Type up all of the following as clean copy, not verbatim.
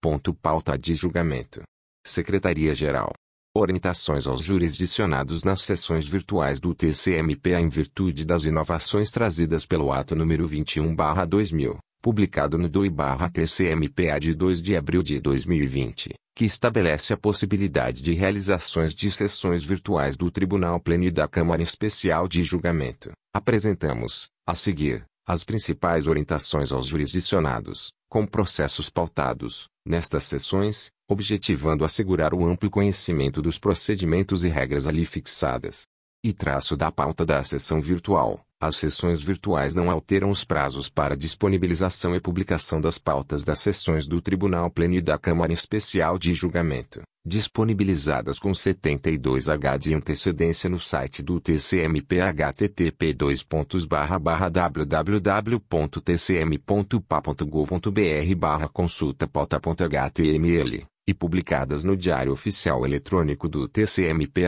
Pauta de julgamento. Secretaria-Geral. Orientações aos jurisdicionados nas sessões virtuais do TCMPA em virtude das inovações trazidas pelo ato número 21/2000, publicado no DOI/TCMPA de 2 de abril de 2020, que estabelece a possibilidade de realizações de sessões virtuais do Tribunal Pleno e da Câmara Especial de Julgamento. Apresentamos, a seguir, as principais orientações aos jurisdicionados, com processos pautados, nestas sessões, objetivando assegurar o amplo conhecimento dos procedimentos e regras ali fixadas. E traço da pauta da sessão virtual. As sessões virtuais não alteram os prazos para disponibilização e publicação das pautas das sessões do Tribunal Pleno e da Câmara Especial de Julgamento, disponibilizadas com 72h de antecedência no site do TCMP http://www.tcm.pa.gov.br/consulta-pauta.html, e publicadas no Diário Oficial Eletrônico do TCMP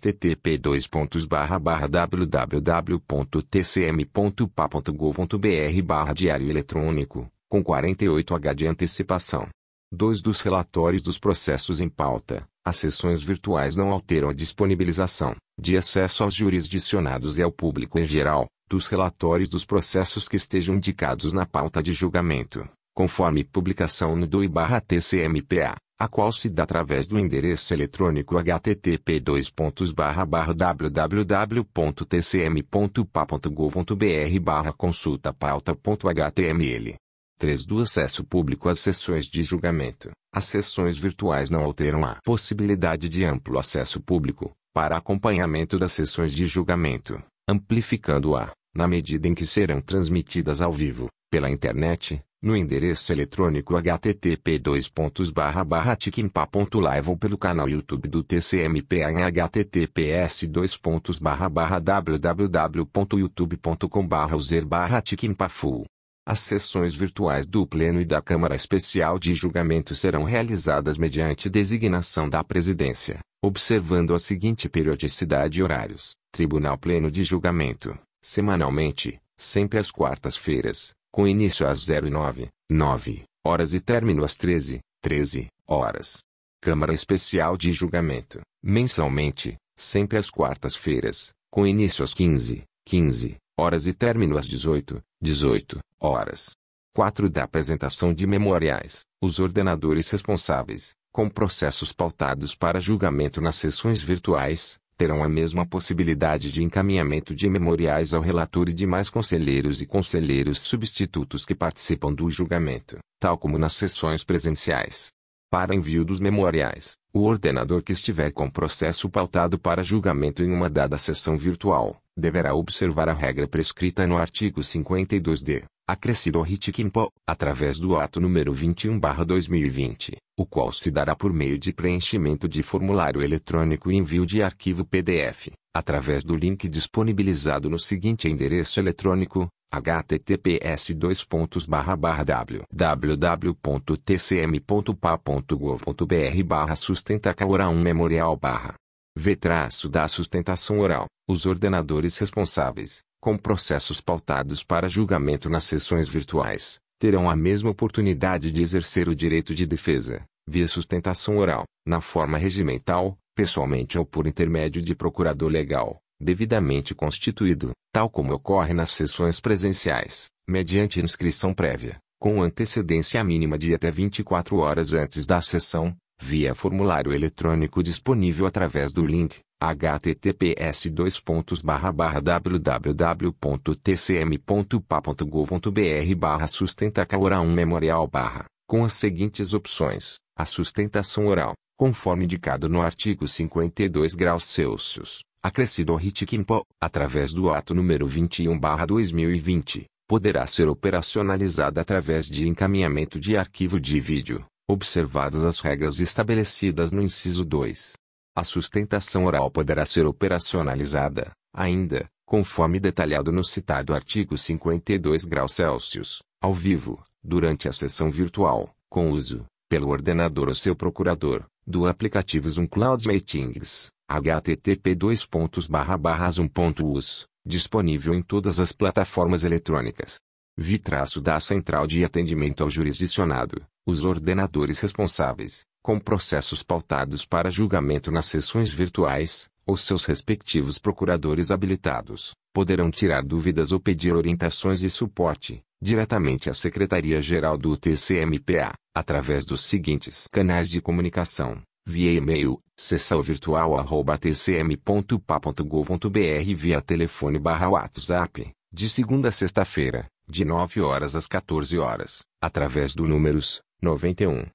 http://www.tcm.pa.gov.br/diário eletrônico, com 48h de antecipação. 2 dos relatórios dos processos em pauta. As sessões virtuais não alteram a disponibilização, de acesso aos jurisdicionados e ao público em geral, dos relatórios dos processos que estejam indicados na pauta de julgamento, conforme publicação no DOI/TCMPA, a qual se dá através do endereço eletrônico http://www.tcm.pa.gov.br/consulta-pauta.html. 3. Do acesso público às sessões de julgamento. As sessões virtuais não alteram a possibilidade de amplo acesso público, para acompanhamento das sessões de julgamento, amplificando-a, na medida em que serão transmitidas ao vivo, pela internet, no endereço eletrônico http://tiquimpa.live ou pelo canal YouTube do TCMPA em https://www.youtube.com/user/tiquimpafull. As sessões virtuais do Pleno e da Câmara Especial de Julgamento serão realizadas mediante designação da Presidência, observando a seguinte periodicidade e horários. Tribunal Pleno de Julgamento, semanalmente, sempre às quartas-feiras, com início às 09:09 horas e término às 13:13 horas. Câmara Especial de Julgamento, mensalmente, sempre às quartas-feiras, com início às 15:15 horas e término às 18:18 horas. 4. Da apresentação de memoriais. Os ordenadores responsáveis, com processos pautados para julgamento nas sessões virtuais, terão a mesma possibilidade de encaminhamento de memoriais ao relator e demais conselheiros e conselheiros substitutos que participam do julgamento, tal como nas sessões presenciais. Para envio dos memoriais, o ordenador que estiver com processo pautado para julgamento em uma dada sessão virtual, deverá observar a regra prescrita no artigo 52-D, acrescido ao RIT-QUIMPO, através do ato número 21/2020, o qual se dará por meio de preenchimento de formulário eletrônico e envio de arquivo PDF, através do link disponibilizado no seguinte endereço eletrônico, https://www.tcm.pa.gov.br/sustentação-memorial v- da sustentação oral. Os ordenadores responsáveis, com processos pautados para julgamento nas sessões virtuais, terão a mesma oportunidade de exercer o direito de defesa, via sustentação oral, na forma regimental, pessoalmente ou por intermédio de procurador legal, devidamente constituído, tal como ocorre nas sessões presenciais, mediante inscrição prévia, com antecedência mínima de até 24 horas antes da sessão, via formulário eletrônico disponível através do link https://www.tcm.pa.gov.br/sustentação-memorial, com as seguintes opções: a sustentação oral, conforme indicado no artigo 52 graus Celsius, acrescido ao RIT-QUIMPO, através do ato número 21/2020, poderá ser operacionalizada através de encaminhamento de arquivo de vídeo, observadas as regras estabelecidas no inciso 2. A sustentação oral poderá ser operacionalizada, ainda, conforme detalhado no citado artigo 52 graus Celsius, ao vivo, durante a sessão virtual, com uso, pelo ordenador ou seu procurador, do aplicativo Zoom Cloud Meetings, http://zoom.us, disponível em todas as plataformas eletrônicas. Da Central de Atendimento ao Jurisdicionado, Os ordenadores responsáveis, com processos pautados para julgamento nas sessões virtuais, ou seus respectivos procuradores habilitados, poderão tirar dúvidas ou pedir orientações e suporte, diretamente à Secretaria-Geral do TCM-PA, através dos seguintes canais de comunicação: via e-mail, sessãovirtual@tcm.pa.gov.br, via telefone/WhatsApp, de segunda a sexta-feira, de 9 horas às 14 horas, através do números 91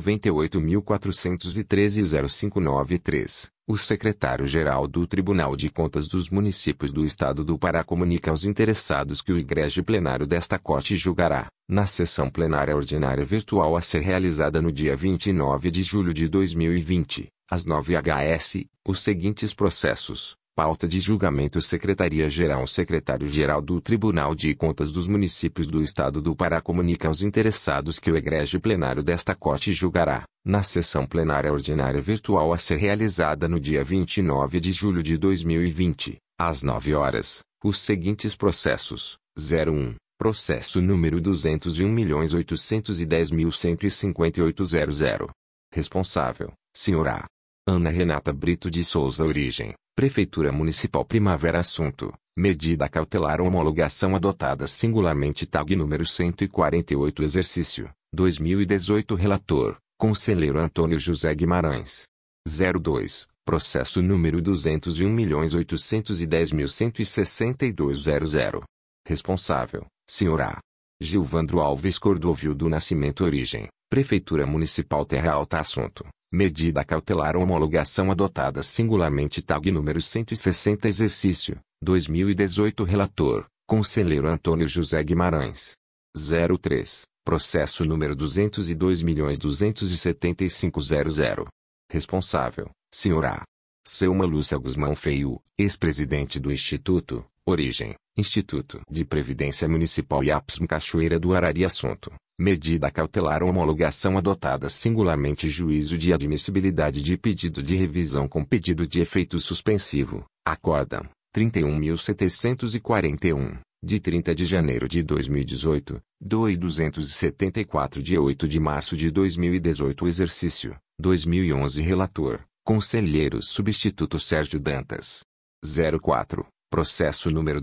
98.413 0593. O secretário-geral do Tribunal de Contas dos Municípios do Estado do Pará comunica aos interessados que o egrégio plenário desta Corte julgará, na sessão plenária ordinária virtual a ser realizada no dia 29 de julho de 2020, às 9h, os seguintes processos. Pauta de julgamento: Secretaria-Geral. O secretário-geral do Tribunal de Contas dos Municípios do Estado do Pará comunica aos interessados que o egrégio plenário desta Corte julgará, na sessão plenária ordinária virtual a ser realizada no dia 29 de julho de 2020, às 9h, os seguintes processos: 01. Processo número 201.810.158.00. Responsável: Sra. Ana Renata Brito de Souza. Origem: Prefeitura Municipal Primavera. Assunto: medida cautelar ou homologação adotada singularmente. TAG número 148. Exercício 2018. Relator: Conselheiro Antônio José Guimarães. 02. Processo número 201.810.162.00. Responsável: Sra. Gilvandro Alves Cordovil do Nascimento. Origem: Prefeitura Municipal Terra Alta. Assunto: medida cautelar ou homologação adotada singularmente. TAG número 160. Exercício 2018. Relator: Conselheiro Antônio José Guimarães. 03. Processo número 202.275.00. Responsável: Sra. Selma Lúcia Guzmão Feio, ex-presidente do Instituto. Origem: Instituto de Previdência Municipal IAPSM Cachoeira do Arari. Assunto: medida cautelar ou homologação adotada singularmente. Juízo de admissibilidade de pedido de revisão com pedido de efeito suspensivo. Acórdão 31.741, de 30 de janeiro de 2018, 274 de 8 de março de 2018. Exercício 2011. Relator: Conselheiro Substituto Sérgio Dantas. 04. Processo número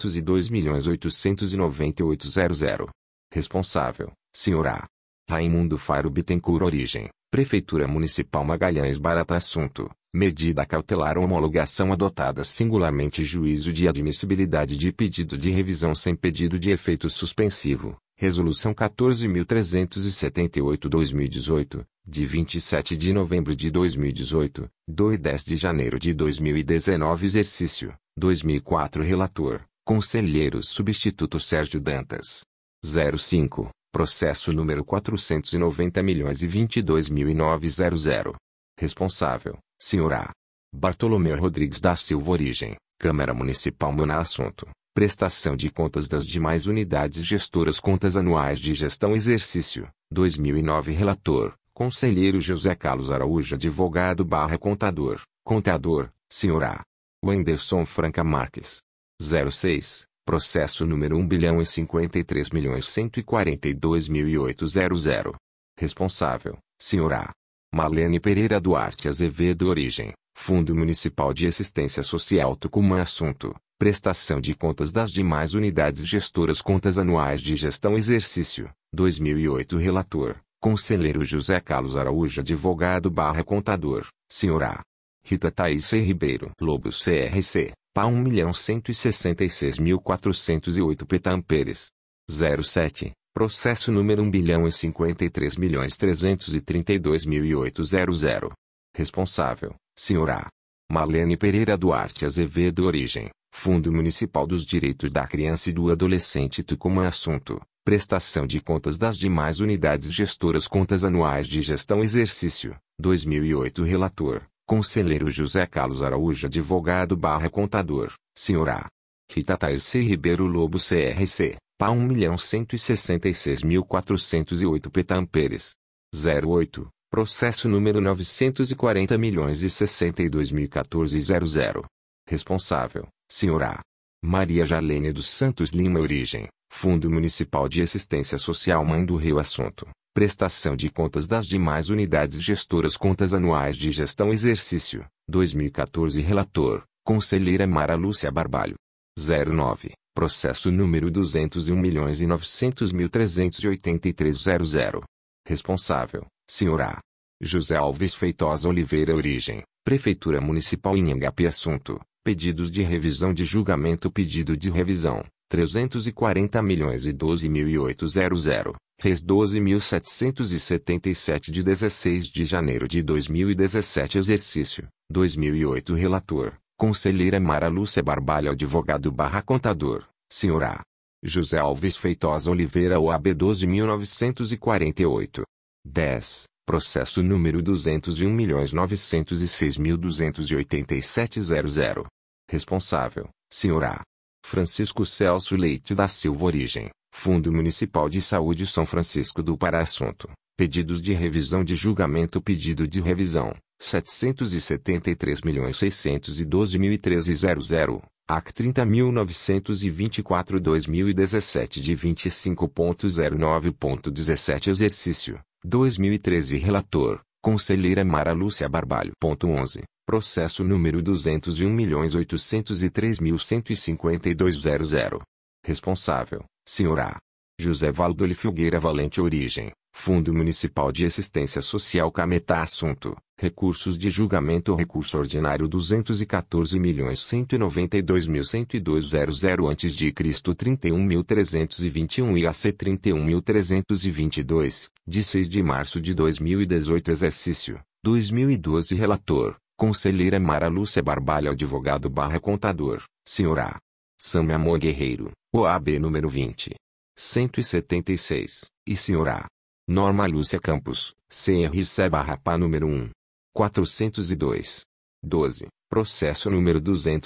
202.898.00. Responsável: Sra. Raimundo Faro Bittencourt. Origem: Prefeitura Municipal Magalhães Barata. Assunto: medida cautelar ou homologação adotada singularmente. Juízo de admissibilidade de pedido de revisão sem pedido de efeito suspensivo. Resolução 14.378/2018, de 27 de novembro de 2018, do 10 de janeiro de 2019. Exercício 2004. Relator: Conselheiro Substituto Sérgio Dantas. 05. Processo número 490.022.009.00. Responsável: Sra. Bartolomeu Rodrigues da Silva. Origem: Câmara Municipal Manaus. Assunto: prestação de contas das demais unidades gestoras. Contas anuais de gestão. Exercício 2009. Relator: Conselheiro José Carlos Araújo. Advogado/contador, Contador: Sra. Wenderson Franca Marques. 06. Processo número 1.053.142.008.00. Responsável: Sra. Marlene Pereira Duarte Azevedo. Origem: Fundo Municipal de Assistência Social Tucumã. Assunto: prestação de contas das demais unidades gestoras. Contas anuais de gestão. Exercício 2008. Relator: Conselheiro José Carlos Araújo. Advogado/contador, Sra. Rita Thaís Ribeiro Lobo. CRC PA 1.166.408. Petamperes. 07. Processo número 1.053.332.008.00. Responsável: Sra. Marlene Pereira Duarte Azevedo. Origem: Fundo Municipal dos Direitos da Criança e do Adolescente Tucumã. Assunto: prestação de contas das demais unidades gestoras. Contas anuais de gestão. Exercício 2008. Relator: Conselheiro José Carlos Araújo. Advogado/contador, Sra. Rita Thaís Ribeiro Lobo. CRC PA 1.166.408. Petamperes. 08. Processo número 940.062.014.00. Responsável: Sra. Maria Jarlene dos Santos Lima. Origem: Fundo Municipal de Assistência Social Mãe do Rio. Assunto: Prestação de contas das demais unidades gestoras. Contas anuais de gestão. Exercício 2014. Relator: Conselheira Mara Lúcia Barbalho. 09. Processo número 201.900.383.00. Responsável: Sr. A. José Alves Feitosa Oliveira. Origem: Prefeitura Municipal Inhangapi. Assunto: pedidos de revisão de julgamento. Pedido de revisão: 340.012.008.00. Res 12.777 de 16 de janeiro de 2017. Exercício 2008. Relator: Conselheira Mara Lúcia Barbalho. Advogado/contador: Sr. A. José Alves Feitosa Oliveira. OAB 12.948. 10. Processo número 201.906.287.00. Responsável: Sr. A. Francisco Celso Leite da Silva. Origem: Fundo Municipal de Saúde São Francisco do Pará. Assunto: pedidos de revisão de julgamento. Pedido de revisão: 773.612.013.00. AC 30.924/2017 de 25.09.17. Exercício 2013. Relator: Conselheira Mara Lúcia Barbalho. 11. Processo número 201.803.152.00. Responsável: Sr. A. José Valdoli Filgueira Valente. Origem: Fundo Municipal de Assistência Social Cametá. Assunto: recursos de julgamento. Recurso ordinário 214.192.102.00 antes de Cristo 31.321 e AC 31.322, de 6 de março de 2018. Exercício 2012. Relator: Conselheira Mara Lúcia Barbalho. Advogado/contador: Sr. A. Sam Amor Guerreiro. OAB número 20. 176, e Sr. A. Norma Lúcia Campos, CRC/PA número 1. 402. 12. Processo número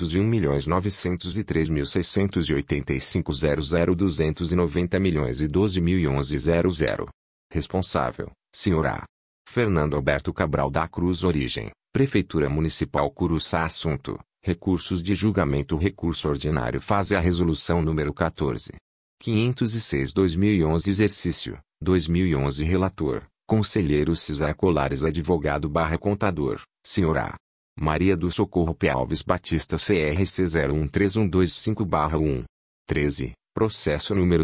201.900.685.00 Responsável: Sr. A. Fernando Alberto Cabral da Cruz. Origem: Prefeitura Municipal Curuçá. Assunto: recursos de julgamento. Recurso ordinário. Fase a resolução número 14. 506/2011. Exercício 2011. Relator: Conselheiro Cesar Colares. Advogado/contador: Sr. A. Maria do Socorro P. Alves Batista. CRC 0131225/1. 13. Processo número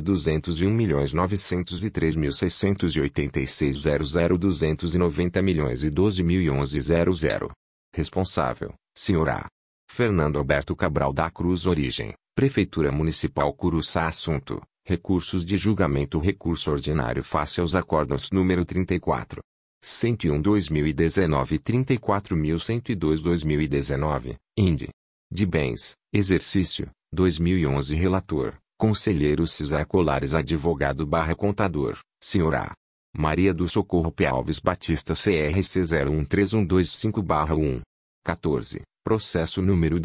201.903.686.00 Responsável: Sr. A. Fernando Alberto Cabral da Cruz. Origem: Prefeitura Municipal Curuçá. Assunto: recursos de julgamento. Recurso ordinário face aos acórdãos número 34. 101/2019 e 34.102/2019, IND. De bens. Exercício 2011. Relator: Conselheiro Cesar Colares. Advogado/contador: Sr. A. Maria do Socorro P. Alves Batista. CRC 0131225/1. 14. Processo número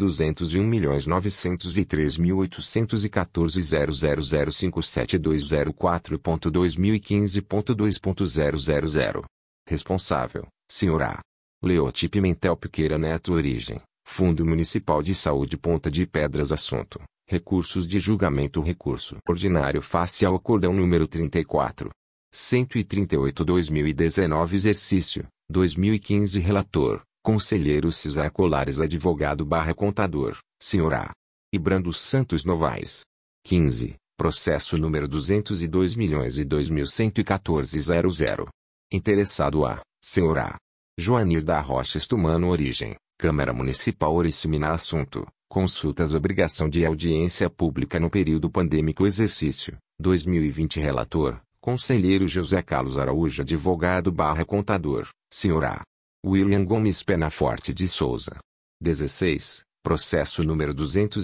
201.913.814.00057.204.2015.2.000. Responsável: Sr. A. Leoti Pimentel Piqueira Neto. Origem: Fundo Municipal de Saúde Ponta de Pedras. Assunto: recursos de julgamento. Recurso ordinário face ao acórdão número 34. 138/2019. Exercício 2015. Relator: Conselheiro Cesar Colares. Advogado/contador: Sr. A. Ibrando Santos Novaes. 15. Processo número 202.002.114.00. Interessado: a Sr. A. Joanir da Rocha Estumano. Origem: Câmara Municipal Oriximiná. Assunto: consultas. Obrigação de audiência pública no período pandêmico. Exercício 2020. Relator: Conselheiro José Carlos Araújo. Advogado/contador: Sr. A. William Gomes Penaforte de Souza. 16. Processo número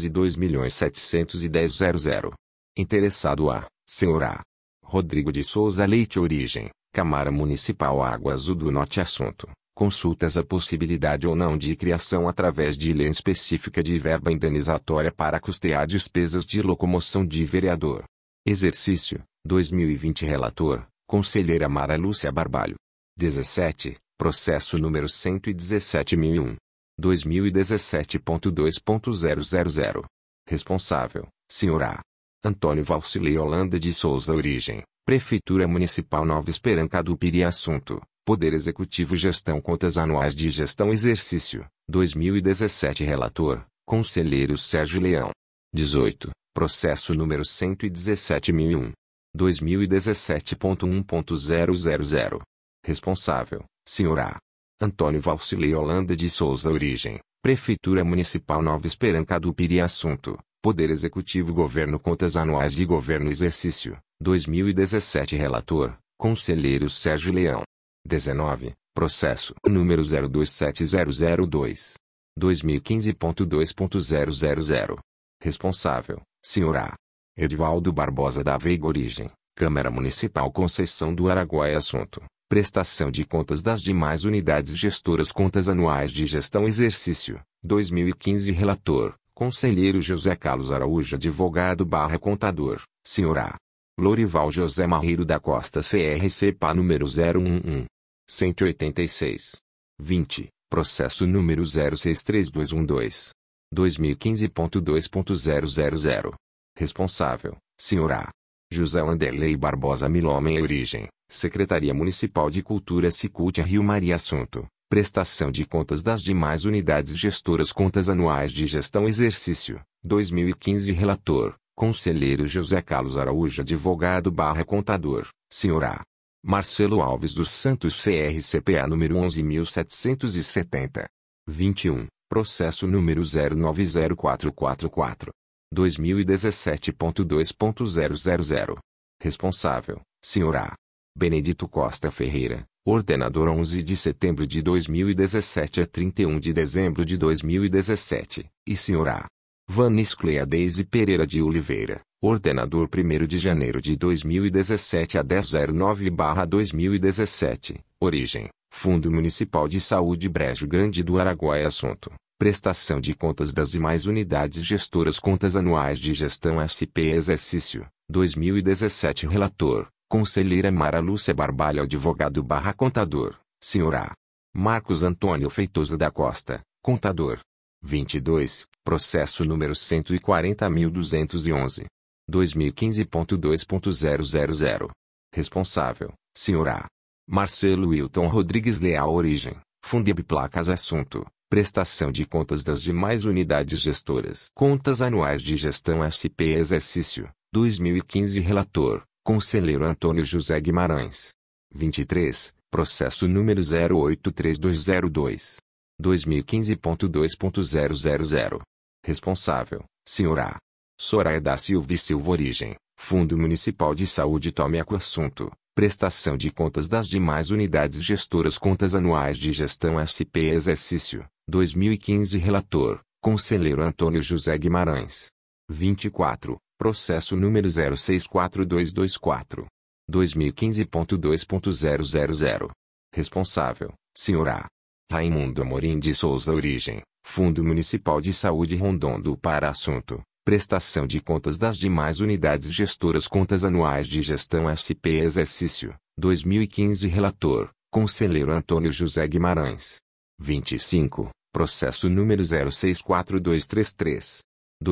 202.710.00. Interessado: a Sr. A. Rodrigo de Souza Leite. Origem: Câmara Municipal Água Azul do Norte. Assunto: consultas a possibilidade ou não de criação através de lei específica de verba indenizatória para custear despesas de locomoção de vereador. Exercício 2020. Relator: Conselheira Mara Lúcia Barbalho. 17. Processo número 117.001. 2017.2.000. Responsável: Sr. A. Antônio Valcilei Holanda de Souza. Origem: Prefeitura Municipal Nova Esperança do Piri. Assunto: Poder Executivo. Gestão. Contas Anuais de Gestão. Exercício 2017. Relator: Conselheiro Sérgio Leão. 18. Processo número 117.001. 2017.1.000. Responsável: Sr. A. Antônio Valcilei Holanda de Souza. Origem: Prefeitura Municipal Nova Esperança do Piri. Assunto: Poder Executivo. Governo. Contas Anuais de Governo. Exercício 2017. Relator: Conselheiro Sérgio Leão. 19. Processo número 027002. 2015.2.000. Responsável: Sr. A. Edivaldo Barbosa da Veiga. Origem: Câmara Municipal Conceição do Araguaia. Assunto: Prestação de contas das demais unidades gestoras. Contas Anuais de Gestão. Exercício 2015. Relator: Conselheiro José Carlos Araújo. Advogado/Contador: Sr. A. Lorival José Marreiro da Costa. CRC-PA número 011-186. 20. Processo número 063212. 2015.2.000. Responsável: Sr. A. José Wanderley Barbosa Milomem. Origem: Secretaria Municipal de Cultura Sicult Rio Maria. Assunto: Prestação de contas das demais unidades gestoras. Contas Anuais de Gestão. Exercício 2015. Relator: Conselheiro José Carlos Araújo. Advogado/Contador: Sr. A. Marcelo Alves dos Santos. CRC-PA número 11.770. 21. Processo número 090444. 2017.2.000. Responsável: Sr. A. Benedito Costa Ferreira, Ordenador. 11 de setembro de 2017 a 31 de dezembro de 2017, e Sr. A. Vanisclea Deise Pereira de Oliveira, Ordenador. 1º de janeiro de 2017 a 1009/2017. Origem: Fundo Municipal de Saúde Brejo Grande do Araguaia. Assunto: Prestação de contas das demais unidades gestoras. Contas Anuais de Gestão. SP. Exercício 2017. Relator: Conselheira Mara Lúcia Barbalho. Advogado/Contador: Sr. A. Marcos Antônio Feitosa da Costa, Contador. 22. Processo número 140.211. 2015.2.000. Responsável: Sr. A. Marcelo Wilton Rodrigues Leal. Origem: Fundeb Placas. Assunto: Prestação de contas das demais unidades gestoras. Contas Anuais de Gestão. SP. Exercício 2015. Relator: Conselheiro Antônio José Guimarães. 23. Processo número 083202. 2015.2.000. Responsável: Sr. A. Soraya da Silva e Silva. Origem: Fundo Municipal de Saúde Tomeco. Assunto: Prestação de contas das demais unidades gestoras. Contas Anuais de Gestão. SP. Exercício 2015. Relator: Conselheiro Antônio José Guimarães. 24. Processo número 064224. 2015.2.000. Responsável: Sr. A. Raimundo Amorim de Souza. Origem: Fundo Municipal de Saúde Rondon do Pará. Assunto: Prestação de contas das demais unidades gestoras. Contas Anuais de Gestão. SP. Exercício 2015. Relator: Conselheiro Antônio José Guimarães. 25. Processo número 064233.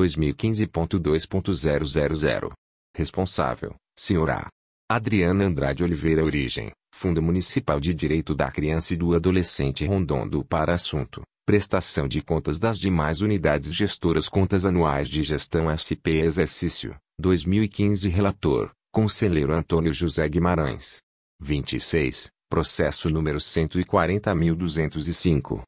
2015.2.000. Responsável: Sr. A. Adriana Andrade Oliveira. Origem: Fundo Municipal de Direito da Criança e do Adolescente Rondon do Pará. Assunto: Prestação de contas das demais unidades gestoras. Contas Anuais de Gestão. SP. Exercício 2015. Relator: Conselheiro Antônio José Guimarães. 26. Processo número 140.205.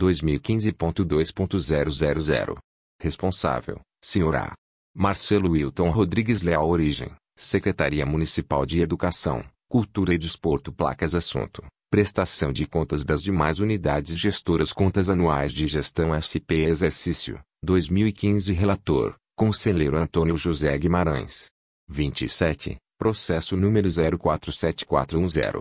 2015.2.000. Responsável: Sr. A. Marcelo Wilton Rodrigues Leal. Origem: Secretaria Municipal de Educação, Cultura e Desporto. Placas. Assunto: Prestação de contas das demais unidades gestoras. Contas Anuais de Gestão. SP. Exercício 2015. Relator: Conselheiro Antônio José Guimarães. 27. Processo número 047410.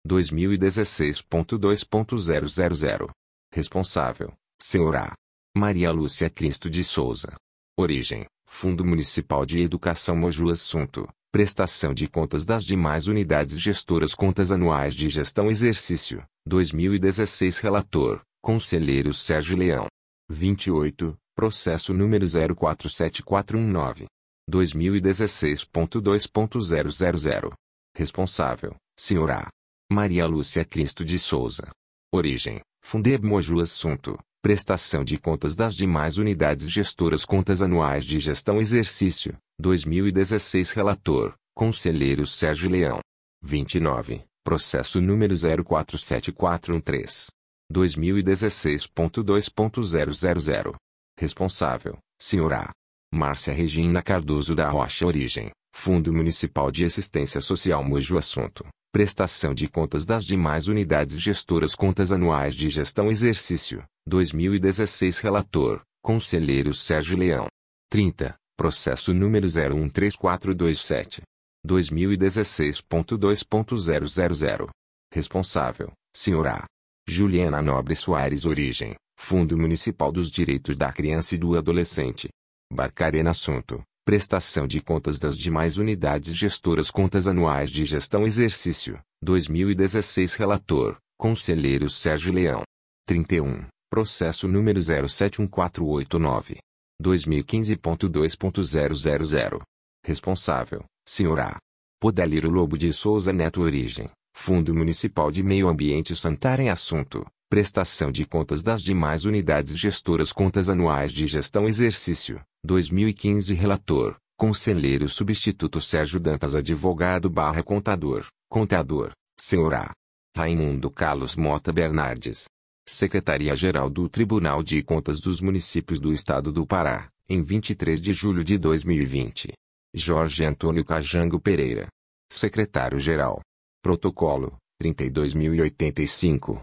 2016.2.000. Responsável: Sr. A. Maria Lúcia Cristo de Souza. Origem: Fundo Municipal de Educação Moju. Assunto: Prestação de contas das demais unidades gestoras. Contas Anuais de Gestão. Exercício 2016. Relator: Conselheiro Sérgio Leão. 28. Processo número 047419. 2016.2.000. Responsável, Sra. Maria Lúcia Cristo de Souza. Origem, Fundeb-Moju. Assunto, prestação de contas das demais unidades gestoras. Contas anuais de gestão exercício, 2016. Relator, Conselheiro Sérgio Leão. 29, processo número 047413. 2016.2.000. Responsável, Sra. Márcia Regina Cardoso da Rocha. Origem, Fundo Municipal de Assistência Social Moju. Assunto, prestação de contas das demais unidades gestoras. Contas anuais de gestão exercício, 2016. Relator, Conselheiro Sérgio Leão. 30, processo número 013427. 2016.2.000. Responsável, Sra. Juliana Nobre Soares. Origem, Fundo Municipal dos Direitos da Criança e do Adolescente. Barcarena. Assunto, prestação de contas das demais unidades gestoras. Contas anuais de gestão exercício, 2016. Relator, Conselheiro Sérgio Leão. 31, processo número 071489. 2015.2.000. Responsável, Sra. Podeliro Lobo de Souza Neto. Origem, Fundo Municipal de Meio Ambiente Santarém. Assunto, prestação de contas das demais unidades gestoras. Contas anuais de gestão exercício, 2015. Relator, Conselheiro Substituto Sérgio Dantas. Advogado/Contador, Sra. Raimundo Carlos Mota Bernardes. Secretaria-Geral do Tribunal de Contas dos Municípios do Estado do Pará, em 23 de julho de 2020. Jorge Antônio Cajango Pereira. Secretário-Geral. Protocolo, 32.085.